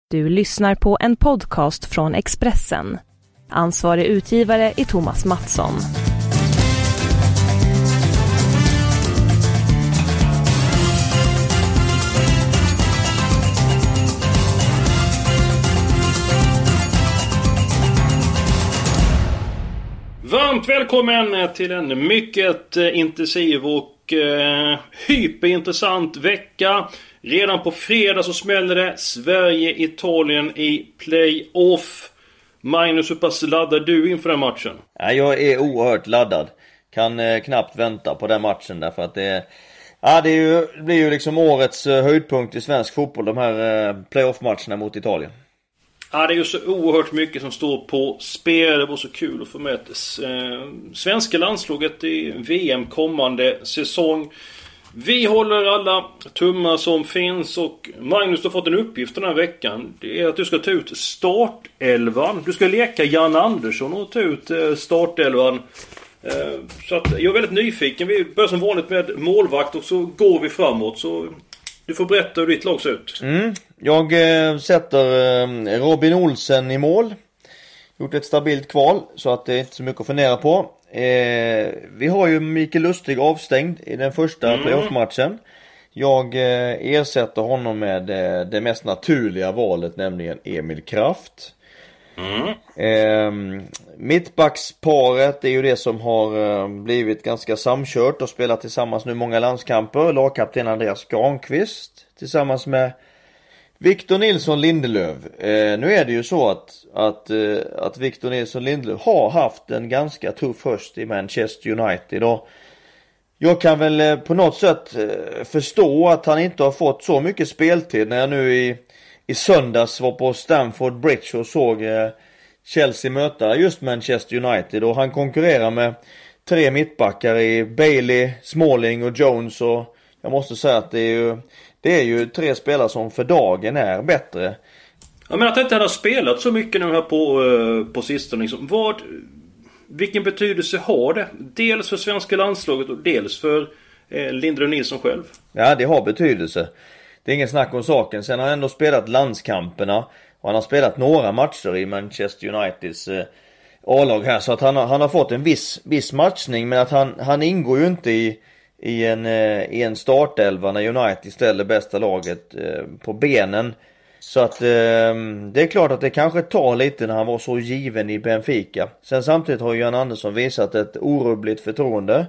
Du lyssnar på en podcast från Expressen. Ansvarig utgivare är Thomas Mattsson. Varmt välkommen till en mycket intensiv och hyperintressant vecka. Redan på fredag så smäller det Sverige-Italien i playoff. Magnus, hur pass laddad du inför den matchen? Ja, jag är oerhört laddad. Kan knappt vänta på den matchen därför att det blir ju liksom årets höjdpunkt i svensk fotboll, de här playoff-matcherna mot Italien. Ja, det är ju så oerhört mycket som står på spel. Det var så kul att få med svenska landslaget i VM kommande säsong. Vi håller alla tummar som finns och Magnus, du har fått en uppgift den här veckan. Det är att du ska ta ut startelvan. Du ska leka Jan Andersson och ta ut startelvan. Så att jag är väldigt nyfiken. Vi börjar som vanligt med målvakt och så går vi framåt. Så du får berätta hur ditt lag ser ut. Jag sätter Robin Olsen i mål. Gjort ett stabilt kval så att det är inte så mycket att fundera på. Vi har ju Mikael Lustig avstängd i den första playoff-matchen. Jag ersätter honom med det mest naturliga valet, nämligen Emil Kraft. Mittbacksparet är ju det som har blivit ganska samkört och spelat tillsammans nu många landskamper. Lagkapten Andreas Granqvist tillsammans med Victor Nilsson Lindelöf. Nu är det ju så att Victor Nilsson Lindelöf har haft en ganska tuff höst i Manchester United. Och jag kan väl på något sätt förstå att han inte har fått så mycket speltid när jag nu i söndags var på Stamford Bridge och såg Chelsea möta just Manchester United. Och han konkurrerar med 3 mittbackar i Bailey, Smalling och Jones. Och jag måste säga att det är ju 3 spelare som för dagen är bättre. Jag menar att inte han har spelat så mycket nu här på sistone. Liksom. Vilken betydelse har det? Dels för svenska landslaget och dels för Lindelöf Nilsson själv. Ja, det har betydelse. Det är ingen snack om saken. Sen har han ändå spelat landskamperna. Och han har spelat några matcher i Manchester Uniteds A-lag här. Så att han har fått en viss matchning. Men att han ingår ju inte i en startelva när United ställer bästa laget på benen. Så att det är klart att det kanske tar lite när han var så given i Benfica. Sen samtidigt har Jan Andersson visat ett orubbligt förtroende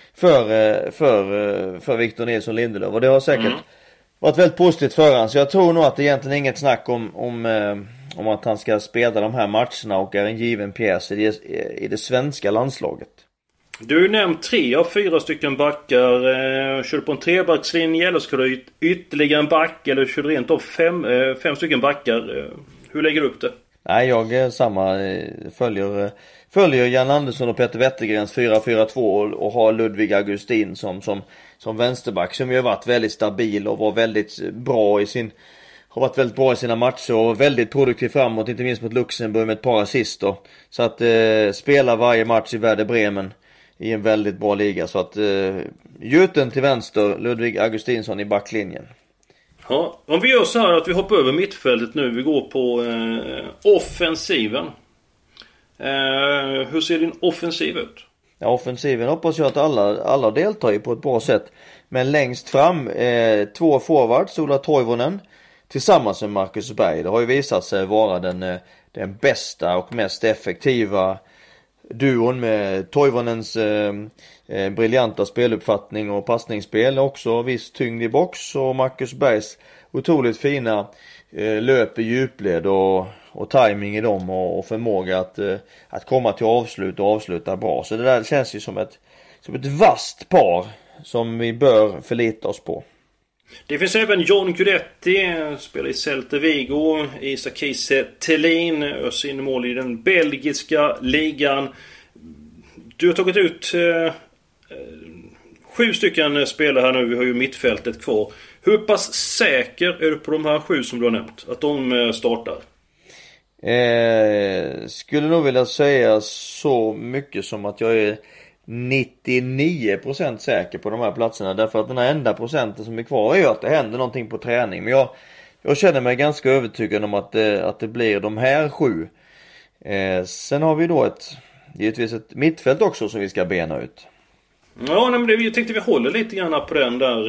för Victor Nilsson Lindelöf. Och det har säkert varit väldigt positivt för han. Så jag tror nog att det egentligen är inget snack om att han ska spela de här matcherna och är en given pjäs i det svenska landslaget. Du har nämnt 3 av 4 stycken backar. Kör du på en 3-backslinje eller ska du ytterligare en back eller kör du rent av 5 stycken backar? Hur lägger du upp det? Nej, jag följer Jan Andersson och Peter Wettergrens 4-4-2 och har Ludvig Augustin som vänsterback som ju har varit väldigt stabil och var väldigt bra har varit väldigt bra i sina matcher och väldigt produktiv framåt, inte minst mot Luxemburg med ett par assist då. Så att spela varje match i Werder Bremen i en väldigt bra liga. Så att Gjuten till vänster, Ludvig Augustinsson i backlinjen. Ja, om vi gör så här att vi hoppar över mittfältet nu. Vi går på offensiven. Hur ser din offensiv ut? Ja, offensiven hoppas jag att alla deltar i på ett bra sätt. Men längst fram 2 forwards, Ola Toivonen tillsammans med Marcus Berg. Det har ju visat sig vara den bästa och mest effektiva duon med Toivonens briljanta speluppfattning och passningsspel, också viss tyngd i box, och Marcus Bergs otroligt fina löp i djupled och timing i dem och förmåga att komma till avslut och avsluta bra. Så det där känns ju som ett vasst par som vi bör förlita oss på. Det finns även John Guidetti, spelar i Celta Vigo, Isak Kiese Thelin, öser mål i den belgiska ligan. Du har tagit ut 7 stycken spelare här nu, vi har ju mittfältet kvar. Hur pass säker är du på de här 7 som du har nämnt, att de startar? Skulle nog vilja säga så mycket som att jag är 99% säker på de här platserna. Därför att den här enda procenten som är kvar är ju att det händer någonting på träning. Men jag känner mig ganska övertygad om att det blir de här 7. Sen har vi då givetvis ett mittfält också som vi ska bena ut. Ja, nej, men jag tänkte vi håller lite grann på den där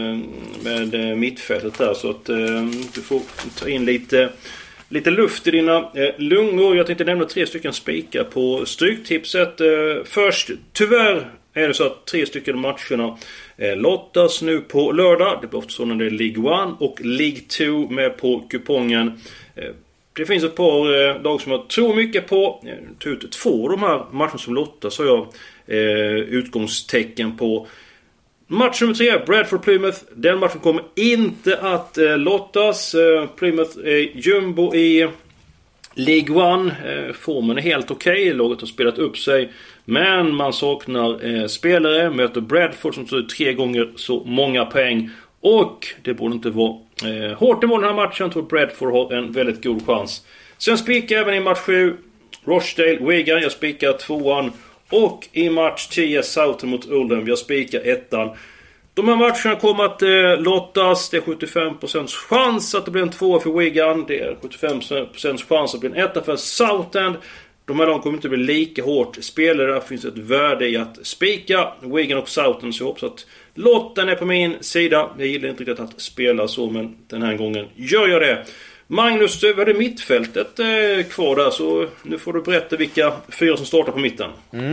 med mittfältet där, så att du får ta in lite luft i dina lungor. Jag tänkte nämna 3 stycken spikar på stryktipset. Först, tyvärr är det så att 3 stycken matcherna lottas nu på lördag. Det blir ofta så när det är League 1 och League 2 med på kupongen. Det finns ett par lag som jag tror mycket på. Ta ut 2 av de här matcherna som lottas, så jag utgångstecken på. Match nummer 3, Bradford-Plymouth. Den matchen kommer inte att lottas. Plymouth är jumbo i League 1. Formen är helt okej. Laget har spelat upp sig, men man saknar spelare. Möter Bradford som tar ut 3 gånger så många poäng. Och det borde inte vara hårt i mål den här matchen. Jag tror Bradford har en väldigt god chans. Sen spikar även i match 7 Rochdale, Wigan. Jag spikar 2:an. Och i match 10 Southampton mot Oldham. Jag spikar 1:an. De här matcherna kommer att lottas. Det är 75% chans att det blir en 2 för Wigan. Det är 75% chans att det blir en 1 för Southend. De här kommer inte bli lika hårt spelare. Där finns ett värde i att spika Wigan och Southend. Så jag hoppas att lotten är på min sida. Jag gillar inte riktigt att spela så, men den här gången gör jag det. Magnus, du hade mittfältet kvar där, så nu får du berätta vilka 4 som startar på mitten.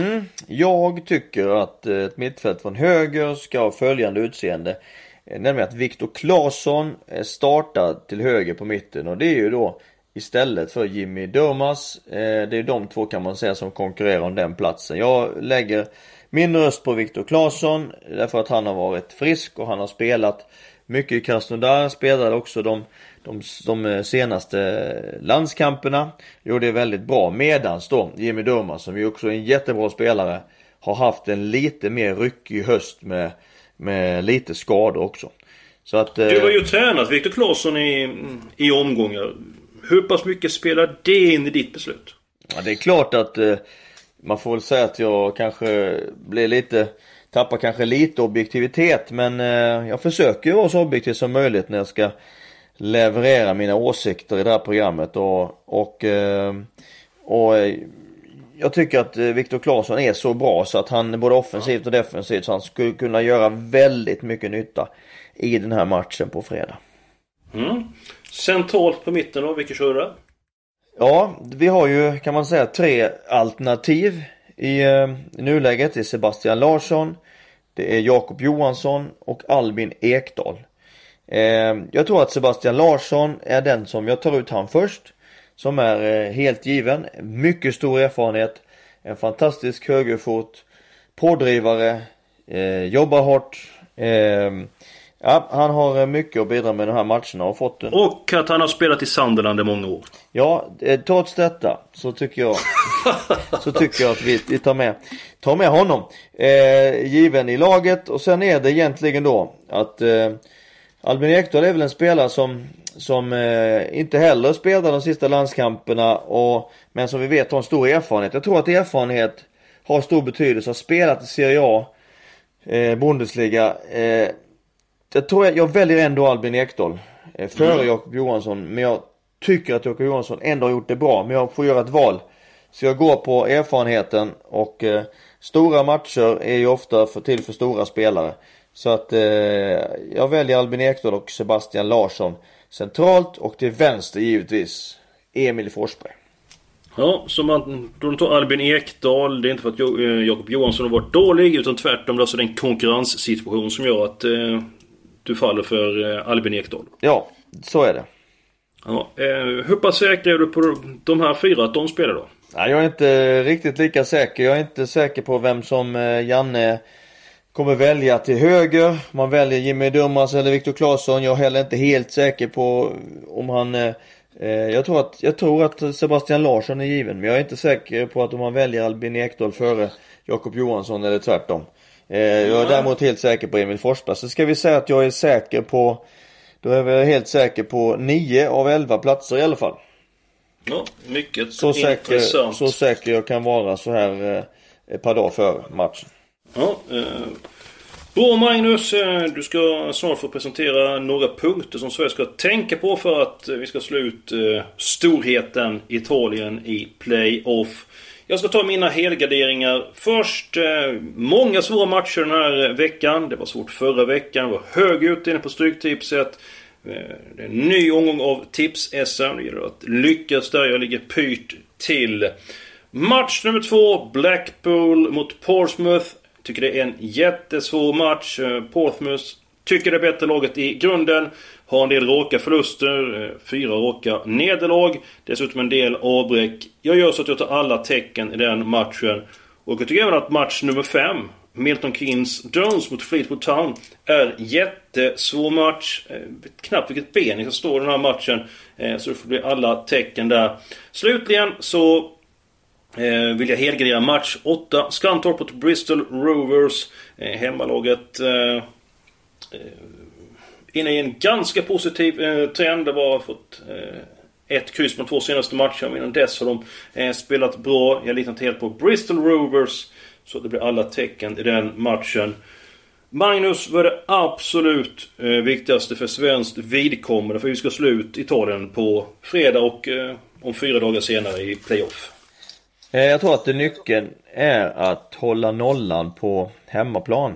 Jag tycker att ett mittfält från höger ska ha följande utseende. Nämligen att Viktor Claesson startar till höger på mitten, och det är ju då istället för Jimmy Durmaz. Det är de 2 kan man säga som konkurrerar om den platsen. Jag lägger min röst på Viktor Claesson därför att han har varit frisk och han har spelat mycket i Krasnodar. Spelade också de senaste landskamperna. Gjorde det väldigt bra. Medans då Jimmy Durmaz, som ju också är en jättebra spelare, har haft en lite mer ryckig höst med lite skador också. Så att, du har ju tränat Viktor Claesson i omgångar. Hur pass mycket spelar det in i ditt beslut? Ja, det är klart att man får väl säga att jag kanske tappar kanske lite objektivitet, men jag försöker vara så objektiv som möjligt när jag ska leverera mina åsikter i det här programmet, och jag tycker att Viktor Claesson är så bra så att han både offensivt och defensivt, så han skulle kunna göra väldigt mycket nytta i den här matchen på fredag. Centralt på mitten då, vilka kör du? Ja, vi har ju, kan man säga, 3 alternativ i nuläget. Det är Sebastian Larsson, det är Jakob Johansson och Albin Ekdal. Jag tror att Sebastian Larsson är den som jag tar ut han först, som är helt given. Mycket stor erfarenhet, en fantastisk högerfot, pådrivare, jobbar hårt. Ja, han har mycket att bidra med den här matcherna och fått den. Och att han har spelat i Sunderland i många år. Ja, trots detta så tycker jag att vi tar med honom given i laget. Och sen är det egentligen då att Albin Ekdal är väl en spelare som inte heller spelar de sista landskamperna, men som vi vet har en stor erfarenhet. Jag tror att erfarenhet har stor betydelse. Har spelat i Serie A, Bundesliga. Jag väljer ändå Albin Ekdal före Jakob Johansson, men jag tycker att Jakob Johansson ändå har gjort det bra, men jag får göra ett val. Så jag går på erfarenheten, och stora matcher är ju ofta till för stora spelare. Så att jag väljer Albin Ekdal och Sebastian Larsson centralt, och till vänster givetvis Emil Forsberg. Ja, så då tar Albin Ekdal. Det är inte för att Jakob Johansson har varit dålig, utan tvärtom. Det är alltså en konkurrenssituation som gör att du faller för Albin Ekdal. Ja, så är det. Ja, hur pass säker är du på de här 4 att de spelar då? Nej, jag är inte riktigt lika säker. Jag är inte säker på vem som Janne kommer välja till höger. Man väljer Jimmy Durmaz eller Viktor Claesson. Jag är heller inte helt säker på om han... Jag tror att Sebastian Larsson är given, men jag är inte säker på att om man väljer Albin Ekdal före Jakob Johansson eller tvärtom. Jag är däremot helt säker på Emil Forsberg. Så ska vi säga att jag är säker på... Då är jag helt säker på 9 av 11 platser i alla fall. Ja, mycket så intressant. Så säker jag kan vara så här ett par dagar före matchen. Ja, Bra Magnus, du ska snart få presentera några punkter som Sverige ska tänka på för att vi ska slå ut storheten Italien i playoff. Jag ska ta mina helgarderingar. Först, många svåra matcher den här veckan. Det var svårt förra veckan, det var hög utdelning på stryktipset. Det är en ny omgång av tips-SM. Det gäller att lyckas där, jag ligger pyrt till. Match nummer 2, Blackpool mot Portsmouth. Tycker det är en jättesvår match. Portsmouth tycker det är bättre laget i grunden. Har en del råka förluster, 4 råka nederlag. Dessutom en del avbräck. Jag gör så att jag tar alla tecken i den matchen. Och jag tycker även att match nummer 5, Milton Keynes Dons mot Fleetwood Town, är jättesvår match. Knappt vilket ben som står i den här matchen. Så det får bli alla tecken där. Slutligen så vill jag helgardera match 8, Scunthorpe mot Bristol Rovers. Hemmalaget inne i en ganska positiv trend. Det var fått ett kryss på de 2 senaste matcherna, men innan dess har de spelat bra. Jag litar inte helt på Bristol Rovers, så det blir alla tecken i den matchen. Magnus, vad är det absolut viktigaste för svenskt vidkommande för vi ska slå ut Italien på fredag och om 4 dagar senare i playoff? Jag tror att nyckeln är att hålla nollan på hemmaplan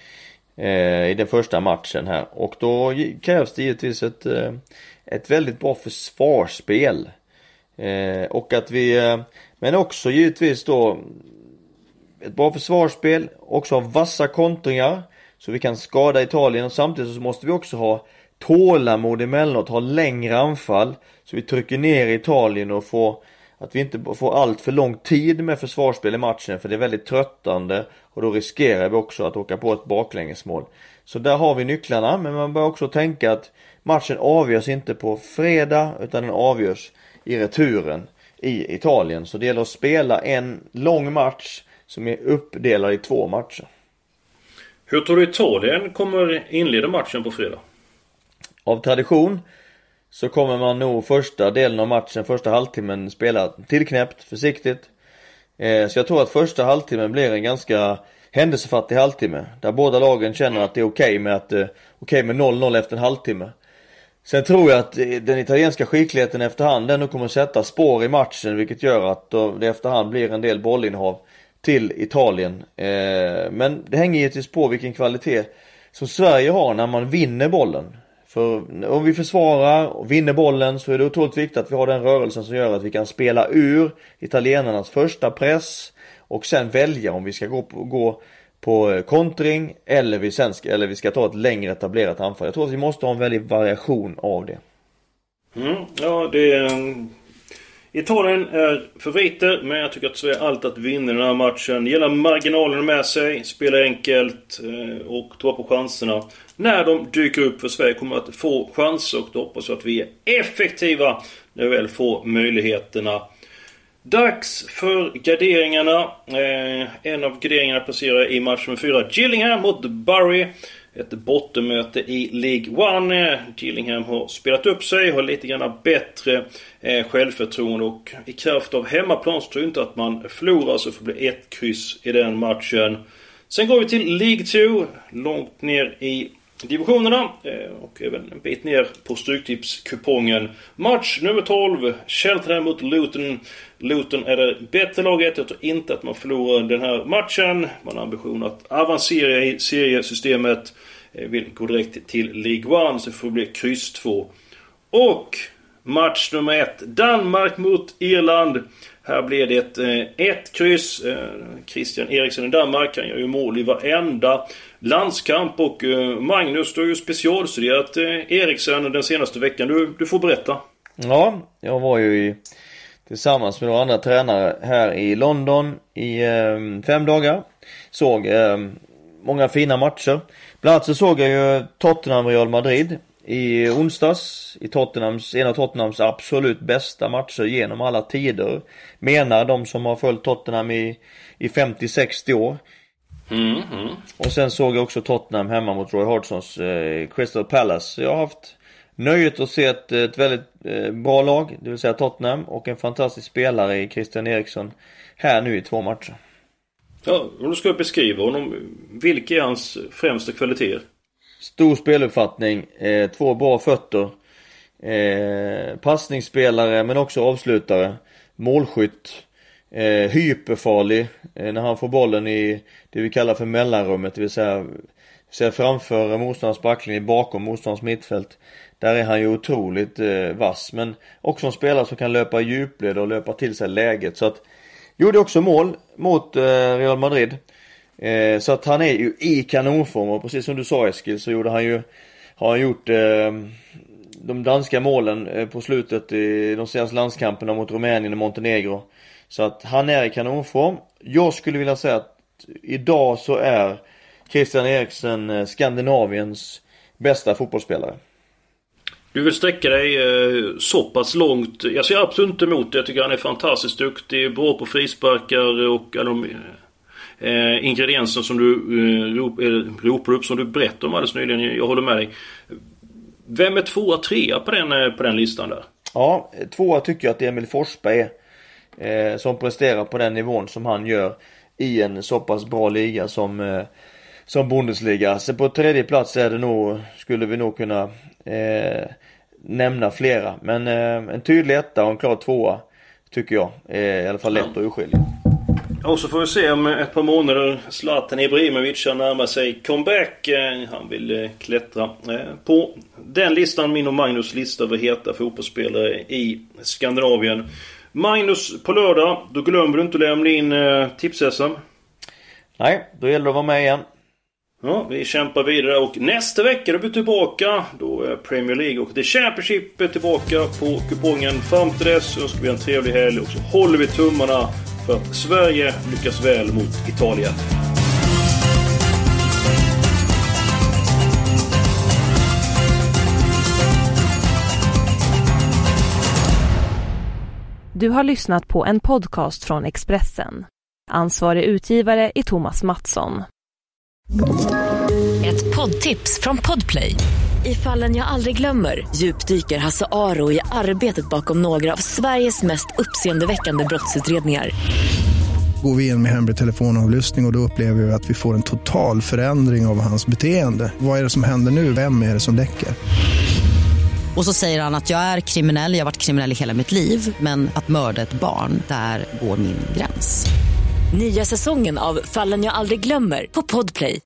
i den första matchen här. Och då krävs det givetvis ett väldigt bra försvarsspel. Och att vi, men också givetvis då ett bra försvarsspel, också ha vassa kontringar så vi kan skada Italien, och samtidigt så måste vi också ha tålamod emellanåt, ha längre anfall så vi trycker ner Italien och att vi inte får allt för lång tid med försvarsspel i matchen, för det är väldigt tröttande och då riskerar vi också att åka på ett baklängesmål. Så där har vi nycklarna, men man bör också tänka att matchen avgörs inte på fredag utan den avgörs i returen i Italien. Så det gäller att spela en lång match som är uppdelad i 2 matcher. Hur tror du Italien kommer inleda matchen på fredag? Av tradition så kommer man nog första delen av matchen, första halvtimmen, spela tillknäppt, försiktigt. Så jag tror att första halvtimmen blir en ganska händelsefattig halvtimme. Där båda lagen känner att det är okej med 0-0 efter en halvtimme. Sen tror jag att den italienska skickligheten efterhand den kommer sätta spår i matchen, vilket gör att det efterhand blir en del bollinnehav till Italien. Men det hänger givetvis på vilken kvalitet som Sverige har när man vinner bollen. För om vi försvarar och vinner bollen så är det otroligt viktigt att vi har den rörelsen som gör att vi kan spela ur italienarnas första press och sen välja om vi ska gå på kontring eller vi ska ta ett längre etablerat anfall. Jag tror att vi måste ha en väldig variation av det. Ja, Italien är favoriter, men jag tycker att Sverige allt att vinna den här matchen. Gäller marginalen med sig, spela enkelt och ta på chanserna. När de dyker upp, för Sverige kommer att få chanser, och då hoppas jag att vi är effektiva när vi väl får möjligheterna. Dags för garderingarna. En av garderingarna passerar i match med 4. Gillingham mot Bury. Ett bottenmöte i League 1. Gillingham har spelat upp sig, har lite grann bättre självförtroende, och i kraft av hemmaplan så tror jag inte att man förlorar, så får bli 1 kryss i den matchen. Sen går vi till League 2, långt ner i divisionerna och även en bit ner på stryktipskupongen. Match nummer 12, Cheltenham mot Luton. Luton är det bättre laget. Jag tror inte att man förlorar den här matchen. Man har ambition att avancera i seriesystemet. Vill gå direkt till League 1, så får det bli kryss 2. Och match nummer 1, Danmark mot Irland. Här blir det ett kryss. Christian Eriksen i Danmark, han gör ju mål i varenda landskamp. Och Magnus, du har ju specialstuderat Eriksen den senaste veckan. Du får berätta. Ja, jag var ju tillsammans med några andra tränare här i London i 5 dagar. Såg många fina matcher. Bland annat så såg jag ju Tottenham Real Madrid i onsdags, i en av Tottenhams absolut bästa matcher genom alla tider, menar de som har följt Tottenham i 50-60 år. Och sen såg jag också Tottenham hemma mot Roy Hodgsons Crystal Palace. Jag har haft nöjet att se ett väldigt bra lag, det vill säga Tottenham, och en fantastisk spelare i Christian Eriksson här nu i 2 matcher. Ja, om du ska beskriva honom, vilka är hans främsta kvaliteter? Stor speluppfattning, 2 bra fötter, passningsspelare men också avslutare, målskytt, hyperfarlig när han får bollen i det vi kallar för mellanrummet, det vill säga framför motståndarens backlinje, bakom motståndarens mittfält. Där är han ju otroligt vass, men också en spelare som kan löpa i djupled och löpa till sig läget. Så att gjorde också mål mot Real Madrid. Så att han är ju i kanonform, och precis som du sa, Eskil, så har han gjort de danska målen på slutet i de senaste landskamperna mot Rumänien och Montenegro. Så att han är i kanonform. Jag skulle vilja säga att idag så är Christian Eriksen Skandinaviens bästa fotbollsspelare. Du vill sträcka dig så pass långt. Jag ser absolut inte emot det. Jag tycker han är fantastiskt duktig, bra på frisparkar och alla de ingredienser som du ropar upp, som du berättade om alldeles nyligen. Jag håller med dig. Vem är 2-3 på den listan där? Ja, 2 tycker jag att Emil Forsberg är, som presterar på den nivån som han gör i en så pass bra liga som Bundesliga. Så på 3:e plats är det nog, skulle vi nog kunna nämna flera. Men en tydlig 1 och en klar 2 tycker jag är i alla fall lätt och urskillig. Och så får vi se om ett par månader Zlatan Ibrahimovic närmar sig comeback. Han vill klättra på den listan, min och Magnus lista över heta fotbollsspelare i Skandinavien. Magnus, på lördag, då glömmer du inte att lämna in tips-SM. Nej, då gäller det att vara med igen. Ja, vi kämpar vidare, och nästa vecka är vi tillbaka. Då är Premier League och The Championship är tillbaka på kupongen. Fram till dess så ska vi ha en trevlig helg, och så håller vi tummarna för att Sverige lyckas väl mot Italien. Du har lyssnat på en podcast från Expressen. Ansvarig utgivare är Thomas Mattsson. Ett poddtips från Podplay. I Fallen jag aldrig glömmer djupdyker Hasse Aro i arbetet bakom några av Sveriges mest uppseendeväckande brottsutredningar. Går vi in med hemlig telefonavlyssning och då upplever vi att vi får en total förändring av hans beteende. Vad är det som händer nu? Vem är det som läcker? Och så säger han att jag är kriminell, jag har varit kriminell i hela mitt liv. Men att mörda ett barn, där går min gräns. Nya säsongen av Fallen jag aldrig glömmer på Podplay.